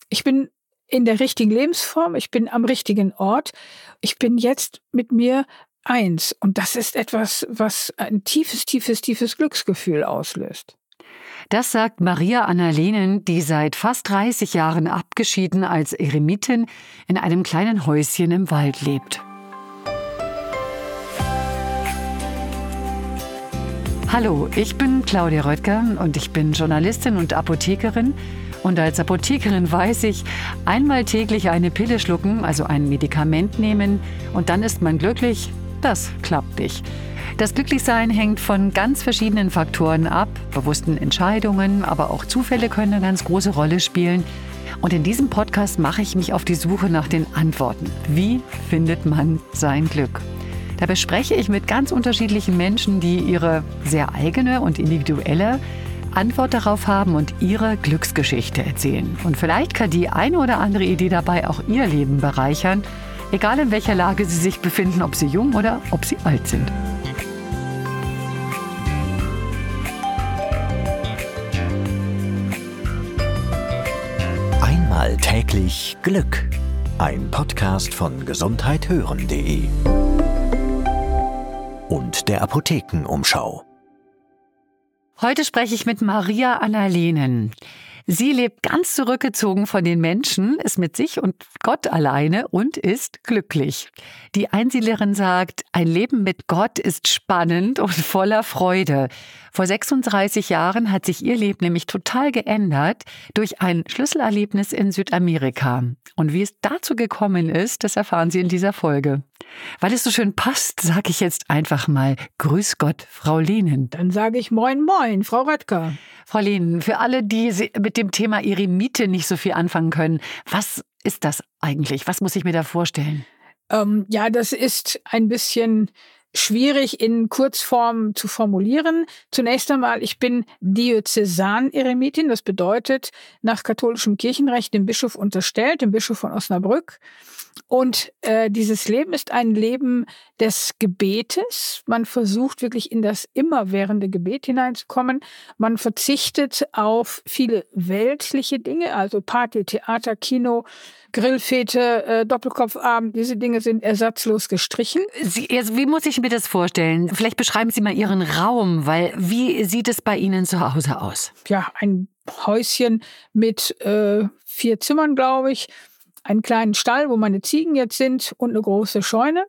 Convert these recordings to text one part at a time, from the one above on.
Ich bin in der richtigen Lebensform, ich bin am richtigen Ort, ich bin jetzt mit mir eins. Und das ist etwas, was ein tiefes, tiefes, tiefes Glücksgefühl auslöst. Das sagt Maria Anna-Lehnen, die seit fast 30 Jahren abgeschieden als Eremitin in einem kleinen Häuschen im Wald lebt. Hallo, ich bin Claudia Röttger und ich bin Journalistin und Apothekerin. Und als Apothekerin weiß ich, einmal täglich eine Pille schlucken, also ein Medikament nehmen, und dann ist man glücklich, das klappt nicht. Das Glücklichsein hängt von ganz verschiedenen Faktoren ab, bewussten Entscheidungen, aber auch Zufälle können eine ganz große Rolle spielen. Und in diesem Podcast mache ich mich auf die Suche nach den Antworten. Wie findet man sein Glück? Da bespreche ich mit ganz unterschiedlichen Menschen, die ihre sehr eigene und individuelle Antwort darauf haben und ihre Glücksgeschichte erzählen. Und vielleicht kann die eine oder andere Idee dabei auch ihr Leben bereichern, egal in welcher Lage sie sich befinden, ob sie jung oder ob sie alt sind. Einmal täglich Glück. Ein Podcast von gesundheithören.de und der Apothekenumschau. Heute spreche ich mit Maria Anna-Lehnen. Sie lebt ganz zurückgezogen von den Menschen, ist mit sich und Gott alleine und ist glücklich. Die Einsiedlerin sagt, ein Leben mit Gott ist spannend und voller Freude. Vor 36 Jahren hat sich ihr Leben nämlich total geändert durch ein Schlüsselerlebnis in Südamerika. Und wie es dazu gekommen ist, das erfahren Sie in dieser Folge. Weil es so schön passt, sage ich jetzt einfach mal Grüß Gott, Frau Lehnen. Dann sage ich Moin Moin, Frau Röttger. Frau Lehnen, für alle, die mit dem Thema Eremite nicht so viel anfangen können, was ist das eigentlich? Was muss ich mir da vorstellen? Das ist ein bisschen schwierig in Kurzform zu formulieren. Zunächst einmal, ich bin Diözesan-Eremitin. Das bedeutet nach katholischem Kirchenrecht dem Bischof unterstellt, dem Bischof von Osnabrück. Und dieses Leben ist ein Leben des Gebetes. Man versucht wirklich in das immerwährende Gebet hineinzukommen. Man verzichtet auf viele weltliche Dinge, also Party, Theater, Kino, Grillfete, Doppelkopfabend. Diese Dinge sind ersatzlos gestrichen. Wie muss ich mir das vorstellen? Vielleicht beschreiben Sie mal Ihren Raum, weil wie sieht es bei Ihnen zu Hause aus? Ja, ein Häuschen mit 4 Zimmern, glaube ich. Einen kleinen Stall, wo meine Ziegen jetzt sind und eine große Scheune.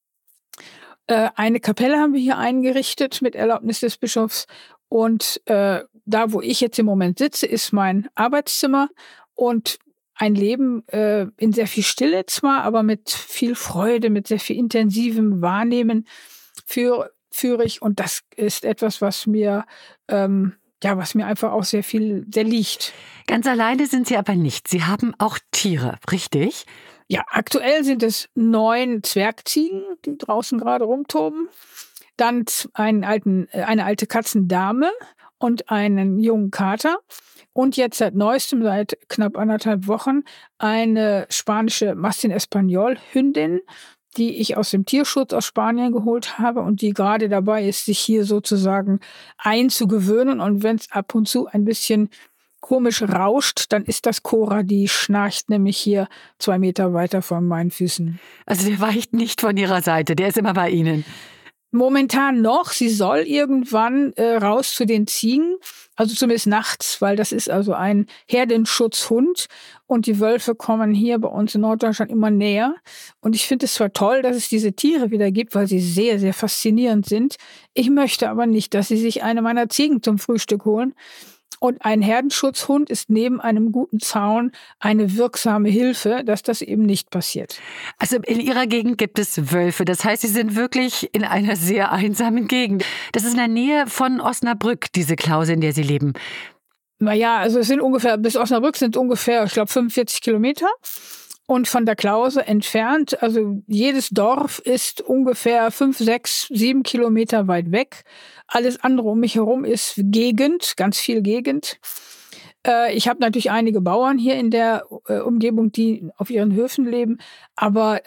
Eine Kapelle haben wir hier eingerichtet mit Erlaubnis des Bischofs. Und da, wo ich jetzt im Moment sitze, ist mein Arbeitszimmer. Und ein Leben in sehr viel Stille zwar, aber mit viel Freude, mit sehr viel intensivem Wahrnehmen führe ich. Und das ist etwas, was mir einfach auch sehr liegt. Ganz alleine sind Sie aber nicht. Sie haben auch Tiere, richtig? Ja, aktuell sind es 9 Zwergziegen, die draußen gerade rumtoben. Dann eine alte Katzendame und einen jungen Kater. Und jetzt seit neuestem, seit knapp 1,5 Wochen, eine spanische Mastin Espagnol Hündin, die ich aus dem Tierschutz aus Spanien geholt habe und die gerade dabei ist, sich hier sozusagen einzugewöhnen. Und wenn es ab und zu ein bisschen komisch rauscht, dann ist das Cora, die schnarcht nämlich hier 2 Meter weiter von meinen Füßen. Also der weicht nicht von Ihrer Seite, der ist immer bei Ihnen. Momentan noch, sie soll irgendwann raus zu den Ziegen, also zumindest nachts, weil das ist also ein Herdenschutzhund und die Wölfe kommen hier bei uns in Norddeutschland immer näher. Und ich finde es zwar toll, dass es diese Tiere wieder gibt, weil sie sehr, sehr faszinierend sind. Ich möchte aber nicht, dass sie sich eine meiner Ziegen zum Frühstück holen. Und ein Herdenschutzhund ist neben einem guten Zaun eine wirksame Hilfe, dass das eben nicht passiert. Also in Ihrer Gegend gibt es Wölfe. Das heißt, Sie sind wirklich in einer sehr einsamen Gegend. Das ist in der Nähe von Osnabrück, diese Klause, in der Sie leben. Naja, also es sind bis Osnabrück sind ungefähr, ich glaube, 45 Kilometer. Und von der Klause entfernt, also jedes Dorf ist ungefähr 5, 6, 7 Kilometer weit weg. Alles andere um mich herum ist Gegend, ganz viel Gegend. Ich habe natürlich einige Bauern hier in der Umgebung, die auf ihren Höfen leben, aber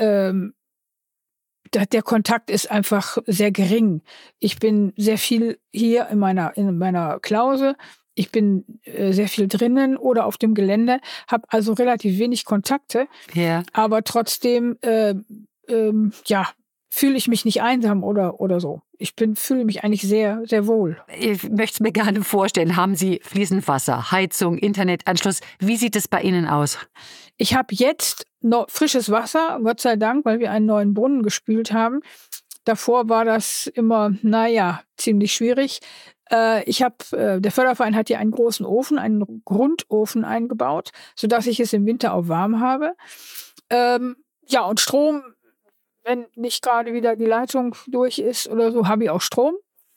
der Kontakt ist einfach sehr gering. Ich bin sehr viel hier in meiner Klause. Ich bin sehr viel drinnen oder auf dem Gelände, habe also relativ wenig Kontakte. Ja. Aber trotzdem, fühle ich mich nicht einsam oder so. Fühle mich eigentlich sehr, sehr wohl. Ich möchte es mir gerne vorstellen. Haben Sie fließend Wasser, Heizung, Internetanschluss? Wie sieht es bei Ihnen aus? Ich habe jetzt noch frisches Wasser, Gott sei Dank, weil wir einen neuen Brunnen gespült haben. Davor war das immer, ziemlich schwierig. Der Förderverein hat hier einen großen Ofen, einen Grundofen eingebaut, sodass ich es im Winter auch warm habe. Und Strom, wenn nicht gerade wieder die Leitung durch ist oder so, habe ich auch Strom.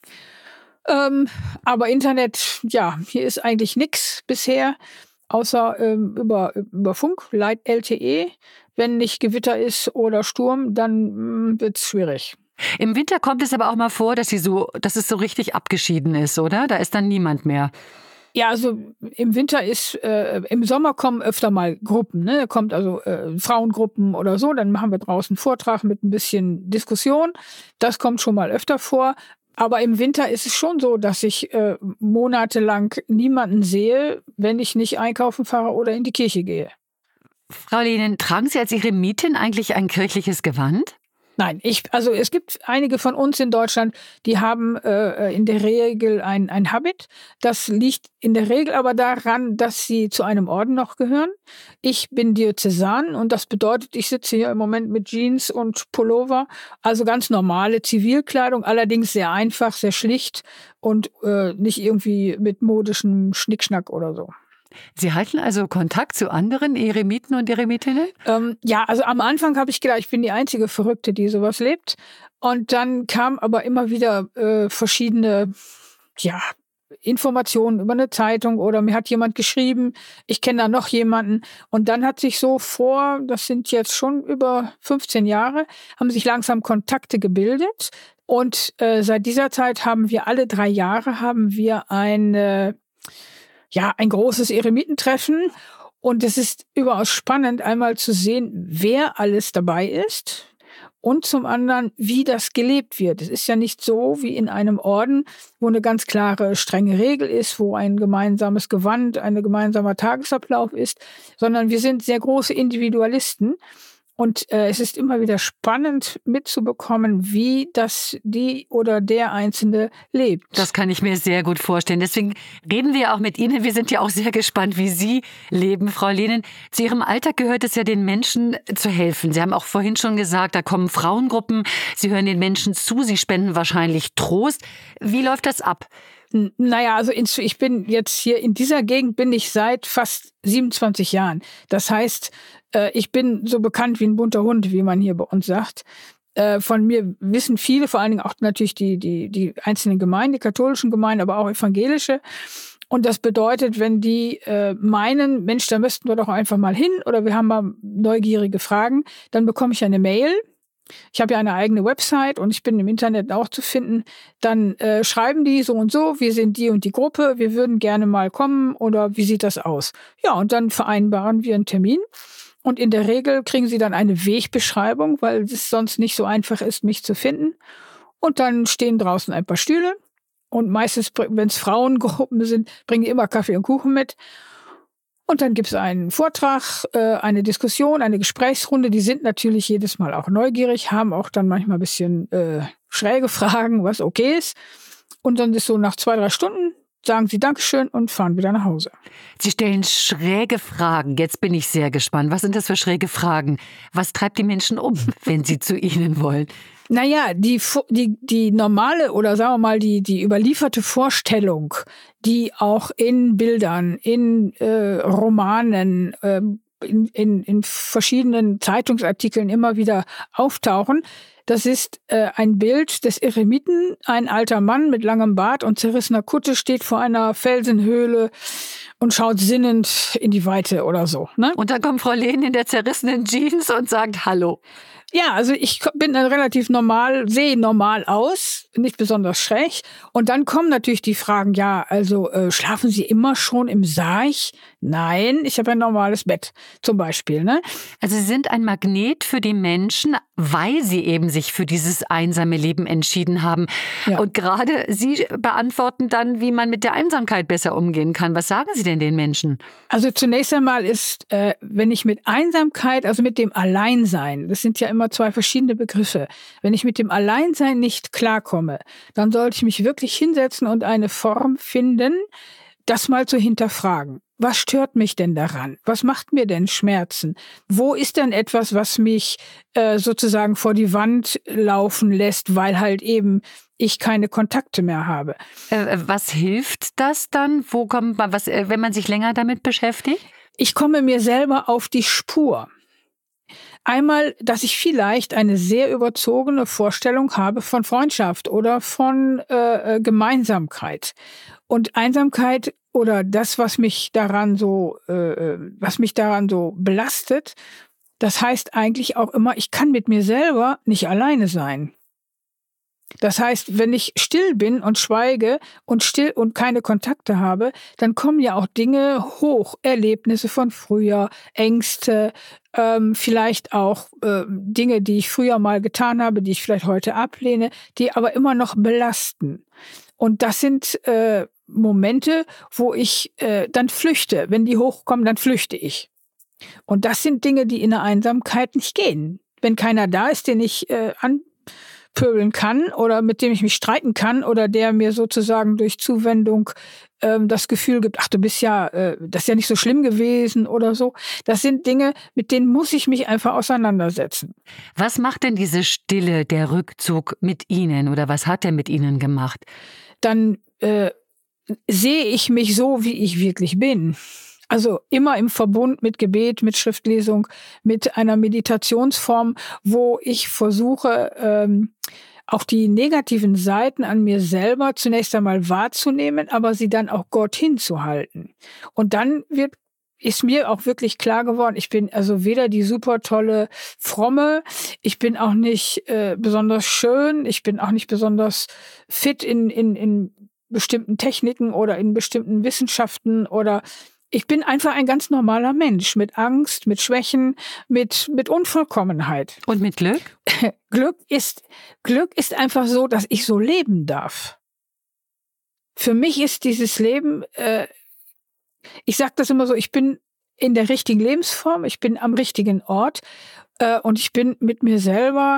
Aber Internet, hier ist eigentlich nichts bisher, außer über Funk, LTE. Wenn nicht Gewitter ist oder Sturm, dann wird es schwierig. Im Winter kommt es aber auch mal vor, dass es so richtig abgeschieden ist, oder? Da ist dann niemand mehr. Ja, also im Winter im Sommer kommen öfter mal Gruppen, ne? Da kommt also Frauengruppen oder so, dann machen wir draußen einen Vortrag mit ein bisschen Diskussion. Das kommt schon mal öfter vor. Aber im Winter ist es schon so, dass ich monatelang niemanden sehe, wenn ich nicht einkaufen fahre oder in die Kirche gehe. Frau Lehnen, tragen Sie als Eremitin eigentlich ein kirchliches Gewand? Nein, es gibt einige von uns in Deutschland, die haben in der Regel ein Habit. Das liegt in der Regel aber daran, dass sie zu einem Orden noch gehören. Ich bin Diözesan und das bedeutet, ich sitze hier im Moment mit Jeans und Pullover, also ganz normale Zivilkleidung, allerdings sehr einfach, sehr schlicht und nicht irgendwie mit modischem Schnickschnack oder so. Sie halten also Kontakt zu anderen Eremiten und Eremitinnen? Also am Anfang habe ich gedacht, ich bin die einzige Verrückte, die sowas lebt. Und dann kamen aber immer wieder verschiedene Informationen über eine Zeitung oder mir hat jemand geschrieben, ich kenne da noch jemanden. Und dann hat sich das sind jetzt schon über 15 Jahre, haben sich langsam Kontakte gebildet. Und seit dieser Zeit haben wir alle 3 Jahre ein großes Eremitentreffen und es ist überaus spannend, einmal zu sehen, wer alles dabei ist und zum anderen, wie das gelebt wird. Es ist ja nicht so wie in einem Orden, wo eine ganz klare, strenge Regel ist, wo ein gemeinsames Gewand, ein gemeinsamer Tagesablauf ist, sondern wir sind sehr große Individualisten. Und es ist immer wieder spannend mitzubekommen, wie das die oder der Einzelne lebt. Das kann ich mir sehr gut vorstellen. Deswegen reden wir auch mit Ihnen. Wir sind ja auch sehr gespannt, wie Sie leben, Frau Lehnen. Zu Ihrem Alltag gehört es ja, den Menschen zu helfen. Sie haben auch vorhin schon gesagt, da kommen Frauengruppen. Sie hören den Menschen zu. Sie spenden wahrscheinlich Trost. Wie läuft das ab? Also ich bin jetzt hier in dieser Gegend bin ich seit fast 27 Jahren. Das heißt, ich bin so bekannt wie ein bunter Hund, wie man hier bei uns sagt. Von mir wissen viele, vor allen Dingen auch natürlich die einzelnen Gemeinden, die katholischen Gemeinden, aber auch evangelische. Und das bedeutet, wenn die meinen, Mensch, da müssten wir doch einfach mal hin oder wir haben mal neugierige Fragen, dann bekomme ich eine Mail. Ich habe ja eine eigene Website und ich bin im Internet auch zu finden. Dann schreiben die so und so, wir sind die und die Gruppe, wir würden gerne mal kommen oder wie sieht das aus? Ja, und dann vereinbaren wir einen Termin. Und in der Regel kriegen sie dann eine Wegbeschreibung, weil es sonst nicht so einfach ist, mich zu finden. Und dann stehen draußen ein paar Stühle. Und meistens, wenn es Frauengruppen sind, bringen die immer Kaffee und Kuchen mit. Und dann gibt es einen Vortrag, eine Diskussion, eine Gesprächsrunde. Die sind natürlich jedes Mal auch neugierig, haben auch dann manchmal ein bisschen schräge Fragen, was okay ist. Und dann ist so nach 2-3 Stunden, sagen sie Dankeschön und fahren wieder nach Hause. Sie stellen schräge Fragen. Jetzt bin ich sehr gespannt. Was sind das für schräge Fragen? Was treibt die Menschen um, wenn sie zu Ihnen wollen? Naja, die normale oder sagen wir mal die überlieferte Vorstellung, die auch in Bildern, in Romanen, in verschiedenen Zeitungsartikeln immer wieder auftauchen, das ist ein Bild des Eremiten. Ein alter Mann mit langem Bart und zerrissener Kutte steht vor einer Felsenhöhle und schaut sinnend in die Weite oder so. Ne? Und dann kommt Frau Lehnen in der zerrissenen Jeans und sagt Hallo. Ja, also ich bin dann relativ normal, sehe normal aus, nicht besonders schräg. Und dann kommen natürlich die Fragen, ja, also schlafen Sie immer schon im Sarg? Nein, ich habe ein normales Bett zum Beispiel. Ne? Also Sie sind ein Magnet für die Menschen, weil Sie eben sich für dieses einsame Leben entschieden haben. Ja. Und gerade Sie beantworten dann, wie man mit der Einsamkeit besser umgehen kann. Was sagen Sie denn den Menschen? Also zunächst einmal ist, wenn ich mit Einsamkeit, also mit dem Alleinsein, das sind ja immer zwei verschiedene Begriffe, wenn ich mit dem Alleinsein nicht klarkomme, dann sollte ich mich wirklich hinsetzen und eine Form finden, das mal zu hinterfragen. Was stört mich denn daran? Was macht mir denn Schmerzen? Wo ist denn etwas, was mich sozusagen vor die Wand laufen lässt, weil halt eben ich keine Kontakte mehr habe? Was hilft das dann? Wo kommt man, wenn man sich länger damit beschäftigt? Ich komme mir selber auf die Spur. Einmal, dass ich vielleicht eine sehr überzogene Vorstellung habe von Freundschaft oder von Gemeinsamkeit. Und Einsamkeit oder das, was mich daran so belastet, das heißt eigentlich auch immer, ich kann mit mir selber nicht alleine sein. Das heißt, wenn ich still bin und schweige und still und keine Kontakte habe, dann kommen ja auch Dinge hoch, Erlebnisse von früher, Ängste, vielleicht auch Dinge, die ich früher mal getan habe, die ich vielleicht heute ablehne, die aber immer noch belasten. Und das sind Momente, wo ich dann flüchte. Wenn die hochkommen, dann flüchte ich. Und das sind Dinge, die in der Einsamkeit nicht gehen. Wenn keiner da ist, den ich anpöbeln kann oder mit dem ich mich streiten kann oder der mir sozusagen durch Zuwendung das Gefühl gibt, ach, du bist ja, das ist ja nicht so schlimm gewesen oder so. Das sind Dinge, mit denen muss ich mich einfach auseinandersetzen. Was macht denn diese Stille, der Rückzug mit Ihnen oder was hat er mit Ihnen gemacht? Dann sehe ich mich so, wie ich wirklich bin. Also immer im Verbund mit Gebet, mit Schriftlesung, mit einer Meditationsform, wo ich versuche, auch die negativen Seiten an mir selber zunächst einmal wahrzunehmen, aber sie dann auch Gott hinzuhalten. Und dann ist mir auch wirklich klar geworden, ich bin also weder die super tolle Fromme, ich bin auch nicht besonders schön, ich bin auch nicht besonders fit in bestimmten Techniken oder in bestimmten Wissenschaften oder ich bin einfach ein ganz normaler Mensch mit Angst, mit Schwächen, mit Unvollkommenheit. Und mit Glück? Glück ist einfach so, dass ich so leben darf. Für mich ist dieses Leben, ich sage das immer so, ich bin in der richtigen Lebensform, ich bin am richtigen Ort und ich bin mit mir selber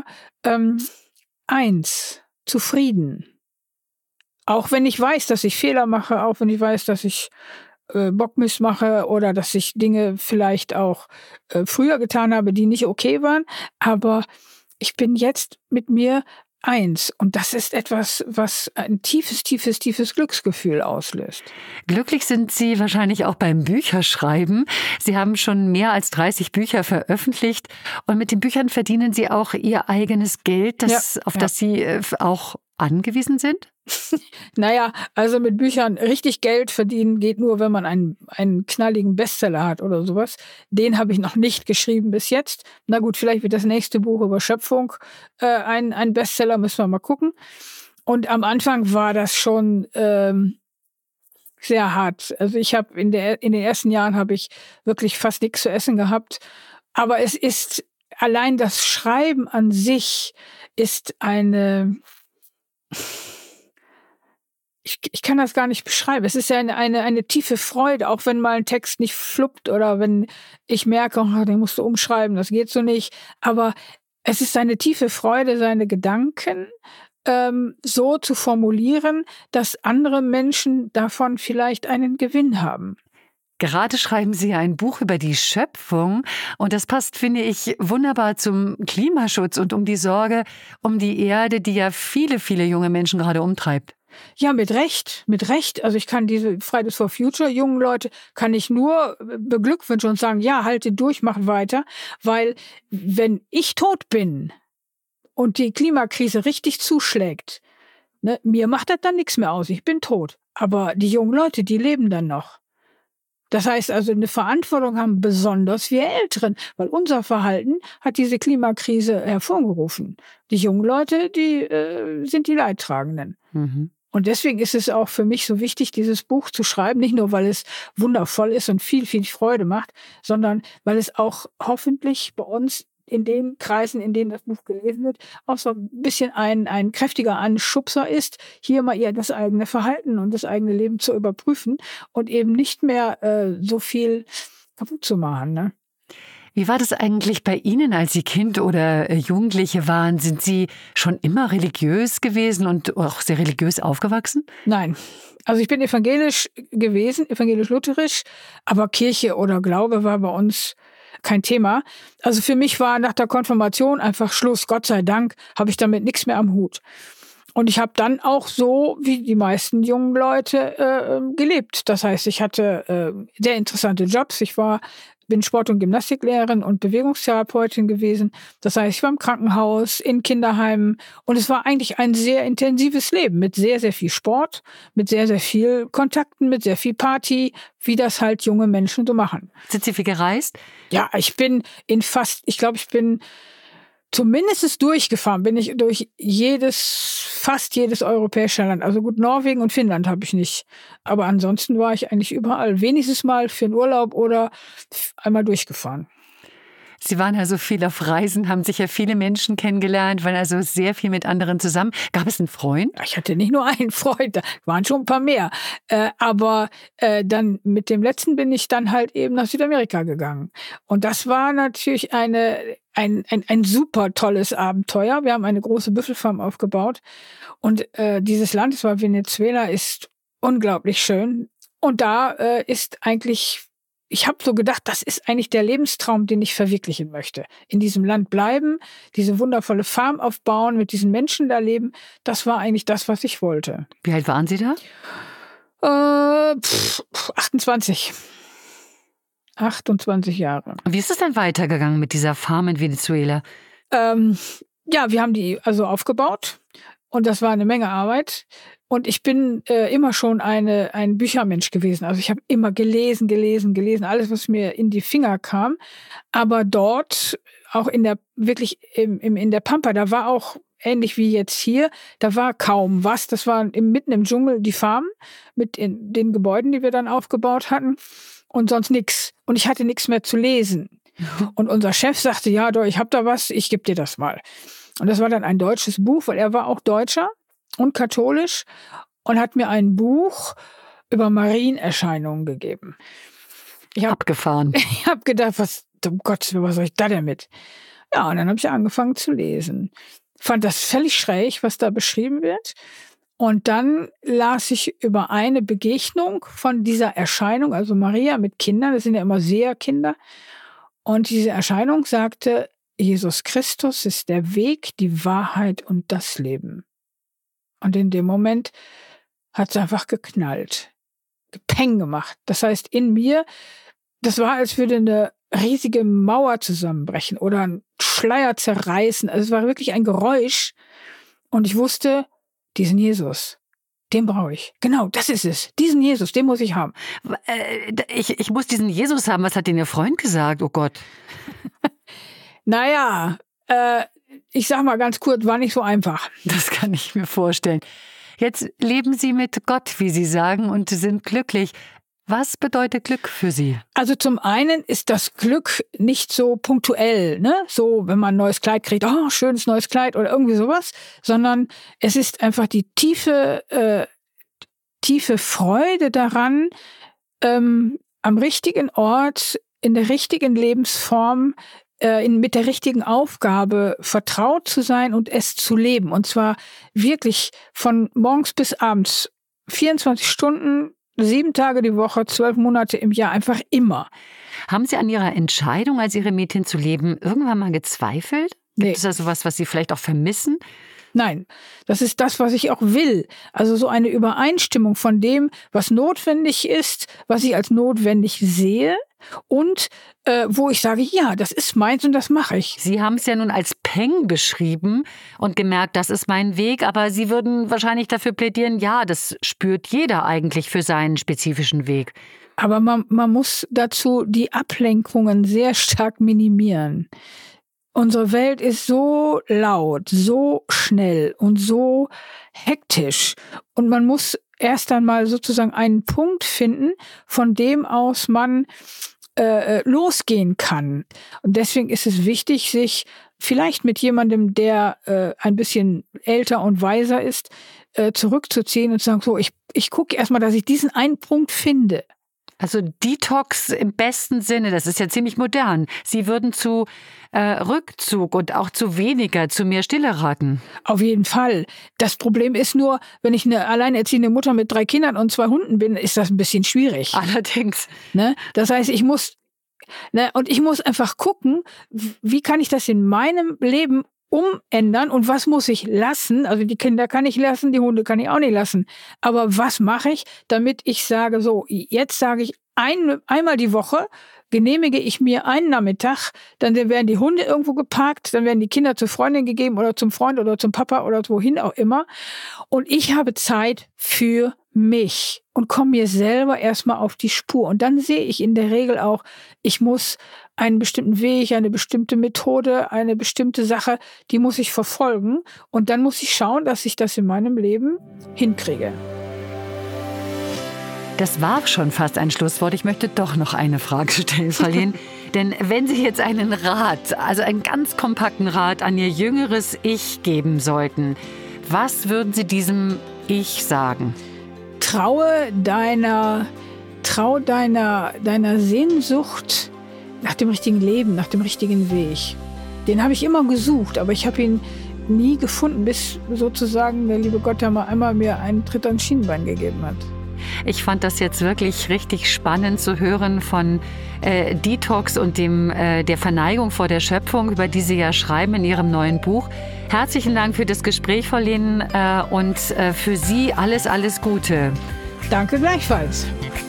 eins, zufrieden. Auch wenn ich weiß, dass ich Fehler mache, auch wenn ich weiß, dass ich Bockmist mache oder dass ich Dinge vielleicht auch früher getan habe, die nicht okay waren. Aber ich bin jetzt mit mir eins. Und das ist etwas, was ein tiefes, tiefes, tiefes Glücksgefühl auslöst. Glücklich sind Sie wahrscheinlich auch beim Bücherschreiben. Sie haben schon mehr als 30 Bücher veröffentlicht. Und mit den Büchern verdienen Sie auch Ihr eigenes Geld, auf das Sie auch angewiesen sind? Naja, also mit Büchern richtig Geld verdienen geht nur, wenn man einen knalligen Bestseller hat oder sowas. Den habe ich noch nicht geschrieben bis jetzt. Na gut, vielleicht wird das nächste Buch über Schöpfung ein Bestseller, müssen wir mal gucken. Und am Anfang war das schon sehr hart. Also ich habe in den ersten Jahren habe ich wirklich fast nichts zu essen gehabt. Aber es ist allein das Schreiben an sich ist eine Ich kann das gar nicht beschreiben. Es ist ja eine tiefe Freude, auch wenn mal ein Text nicht fluppt oder wenn ich merke, oh, den musst du umschreiben, das geht so nicht. Aber es ist eine tiefe Freude, seine Gedanken so zu formulieren, dass andere Menschen davon vielleicht einen Gewinn haben. Gerade schreiben Sie ein Buch über die Schöpfung und das passt, finde ich, wunderbar zum Klimaschutz und um die Sorge um die Erde, die ja viele, viele junge Menschen gerade umtreibt. Ja, mit Recht, mit Recht. Also ich kann diese Fridays for Future jungen Leute, kann ich nur beglückwünschen und sagen, ja, haltet durch, macht weiter. Weil wenn ich tot bin und die Klimakrise richtig zuschlägt, ne, mir macht das dann nichts mehr aus. Ich bin tot. Aber die jungen Leute, die leben dann noch. Das heißt also, eine Verantwortung haben besonders wir Älteren, weil unser Verhalten hat diese Klimakrise hervorgerufen. Die jungen Leute, die sind die Leidtragenden. Mhm. Und deswegen ist es auch für mich so wichtig, dieses Buch zu schreiben, nicht nur, weil es wundervoll ist und viel, viel Freude macht, sondern weil es auch hoffentlich bei uns in den Kreisen, in denen das Buch gelesen wird, auch so ein bisschen ein kräftiger Anschubser ist, hier mal eher das eigene Verhalten und das eigene Leben zu überprüfen und eben nicht mehr so viel kaputt zu machen, ne? Wie war das eigentlich bei Ihnen, als Sie Kind oder Jugendliche waren? Sind Sie schon immer religiös gewesen und auch sehr religiös aufgewachsen? Nein. Also ich bin evangelisch gewesen, evangelisch-lutherisch, aber Kirche oder Glaube war bei uns kein Thema. Also für mich war nach der Konfirmation einfach Schluss. Gott sei Dank habe ich damit nichts mehr am Hut. Und ich habe dann auch so wie die meisten jungen Leute gelebt. Das heißt, ich hatte sehr interessante Jobs. Bin Sport- und Gymnastiklehrerin und Bewegungstherapeutin gewesen. Das heißt, ich war im Krankenhaus, in Kinderheimen und es war eigentlich ein sehr intensives Leben mit sehr, sehr viel Sport, mit sehr, sehr viel Kontakten, mit sehr viel Party, wie das halt junge Menschen so machen. Sind Sie viel gereist? Ja, ich bin zumindest durchgefahren, bin ich durch fast jedes europäische Land. Also gut, Norwegen und Finnland habe ich nicht. Aber ansonsten war ich eigentlich überall. Wenigstens mal für einen Urlaub oder einmal durchgefahren. Sie waren also viel auf Reisen, haben sicher viele Menschen kennengelernt, waren also sehr viel mit anderen zusammen. Gab es einen Freund? Ich hatte nicht nur einen Freund, da waren schon ein paar mehr. Aber dann mit dem letzten bin ich dann halt eben nach Südamerika gegangen. Und das war natürlich ein super tolles Abenteuer. Wir haben eine große Büffelfarm aufgebaut. Und dieses Land, es war Venezuela, ist unglaublich schön. Und da ist eigentlich... Ich habe so gedacht, das ist eigentlich der Lebenstraum, den ich verwirklichen möchte. In diesem Land bleiben, diese wundervolle Farm aufbauen, mit diesen Menschen da leben. Das war eigentlich das, was ich wollte. Wie alt waren Sie da? 28. 28 Jahre. Und wie ist es dann weitergegangen mit dieser Farm in Venezuela? Ja, wir haben die also aufgebaut und das war eine Menge Arbeit. Und ich bin immer schon ein Büchermensch gewesen. Also ich habe immer gelesen, alles, was mir in die Finger kam. Aber dort, auch in der Pampa, da war auch ähnlich wie jetzt hier, da war kaum was. Das war mitten im Dschungel die Farm mit den Gebäuden, die wir dann aufgebaut hatten und sonst nichts. Und ich hatte nichts mehr zu lesen. Und unser Chef sagte, ja, doch, ich habe da was, ich gebe dir das mal. Und das war dann ein deutsches Buch, weil er war auch Deutscher und katholisch und hat mir ein Buch über Marienerscheinungen gegeben. Abgefahren. Ich habe gedacht, um Gottes Willen, was soll ich da denn mit? Ja, und dann habe ich angefangen zu lesen. Fand das völlig schräg, was da beschrieben wird. Und dann las ich über eine Begegnung von dieser Erscheinung, also Maria mit Kindern, das sind ja immer Seherkinder. Und diese Erscheinung sagte, Jesus Christus ist der Weg, die Wahrheit und das Leben. Und in dem Moment hat es einfach geknallt, Gepeng gemacht. Das heißt, in mir, das war, als würde eine riesige Mauer zusammenbrechen oder ein Schleier zerreißen. Also es war wirklich ein Geräusch. Und ich wusste, diesen Jesus, den brauche ich. Genau, das ist es. Diesen Jesus, den muss ich haben. Ich muss diesen Jesus haben. Was hat denn Ihr Freund gesagt? Oh Gott. Naja, ich sag mal ganz kurz, war nicht so einfach. Das kann ich mir vorstellen. Jetzt leben Sie mit Gott, wie Sie sagen, und sind glücklich. Was bedeutet Glück für Sie? Also zum einen ist das Glück nicht so punktuell, ne? So, wenn man ein neues Kleid kriegt, oh, schönes neues Kleid oder irgendwie sowas, sondern es ist einfach die tiefe Freude daran, am richtigen Ort, in der richtigen Lebensform, mit der richtigen Aufgabe vertraut zu sein und es zu leben. Und zwar wirklich von morgens bis abends, 24 Stunden, 7 Tage die Woche, 12 Monate im Jahr, einfach immer. Haben Sie an Ihrer Entscheidung, als Eremitin zu leben, irgendwann mal gezweifelt? Nee. Gibt es da sowas, was Sie vielleicht auch vermissen? Nein, das ist das, was ich auch will. Also so eine Übereinstimmung von dem, was notwendig ist, was ich als notwendig sehe und wo ich sage, ja, das ist meins und das mache ich. Sie haben es ja nun als Peng beschrieben und gemerkt, das ist mein Weg, aber Sie würden wahrscheinlich dafür plädieren, ja, das spürt jeder eigentlich für seinen spezifischen Weg. Aber man muss dazu die Ablenkungen sehr stark minimieren. Unsere Welt ist so laut, so schnell und so hektisch. Und man muss erst einmal sozusagen einen Punkt finden, von dem aus man losgehen kann. Und deswegen ist es wichtig, sich vielleicht mit jemandem, der ein bisschen älter und weiser ist, zurückzuziehen und zu sagen, so, ich gucke erstmal, dass ich diesen einen Punkt finde. Also Detox im besten Sinne, das ist ja ziemlich modern. Sie würden zu Rückzug und auch zu mehr Stille raten. Auf jeden Fall. Das Problem ist nur, wenn ich eine alleinerziehende Mutter mit 3 Kindern und 2 Hunden bin, ist das ein bisschen schwierig. Allerdings. Ne? Das heißt, ich muss einfach gucken, wie kann ich das in meinem Leben umändern und was muss ich lassen? Also die Kinder kann ich lassen, die Hunde kann ich auch nicht lassen. Aber was mache ich, damit ich sage, so, jetzt sage ich einmal die Woche, genehmige ich mir einen Nachmittag, dann werden die Hunde irgendwo geparkt, dann werden die Kinder zur Freundin gegeben oder zum Freund oder zum Papa oder wohin auch immer. Und ich habe Zeit für mich und komme mir selber erstmal auf die Spur. Und dann sehe ich in der Regel auch, ich muss einen bestimmten Weg, eine bestimmte Methode, eine bestimmte Sache, die muss ich verfolgen. Und dann muss ich schauen, dass ich das in meinem Leben hinkriege. Das war schon fast ein Schlusswort. Ich möchte doch noch eine Frage stellen, Frau Lehn. Denn wenn Sie jetzt einen Rat, also einen ganz kompakten Rat an Ihr jüngeres Ich geben sollten, was würden Sie diesem Ich sagen? Trau deiner Sehnsucht nach dem richtigen Leben, nach dem richtigen Weg. Den habe ich immer gesucht, aber ich habe ihn nie gefunden, bis sozusagen der liebe Gott einmal mir einen Tritt ans Schienbein gegeben hat. Ich fand das jetzt wirklich richtig spannend zu hören von Detox und der Verneigung vor der Schöpfung, über die Sie ja schreiben in Ihrem neuen Buch. Herzlichen Dank für das Gespräch, Frau Lehn, und für Sie alles Gute. Danke gleichfalls.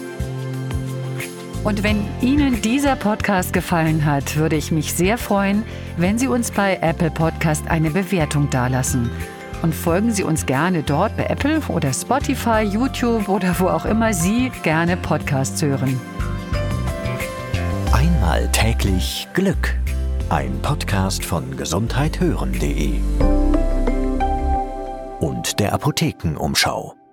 Und wenn Ihnen dieser Podcast gefallen hat, würde ich mich sehr freuen, wenn Sie uns bei Apple Podcast eine Bewertung dalassen. Und folgen Sie uns gerne dort bei Apple oder Spotify, YouTube oder wo auch immer Sie gerne Podcasts hören. Einmal täglich Glück. Ein Podcast von gesundheithören.de und der Apothekenumschau.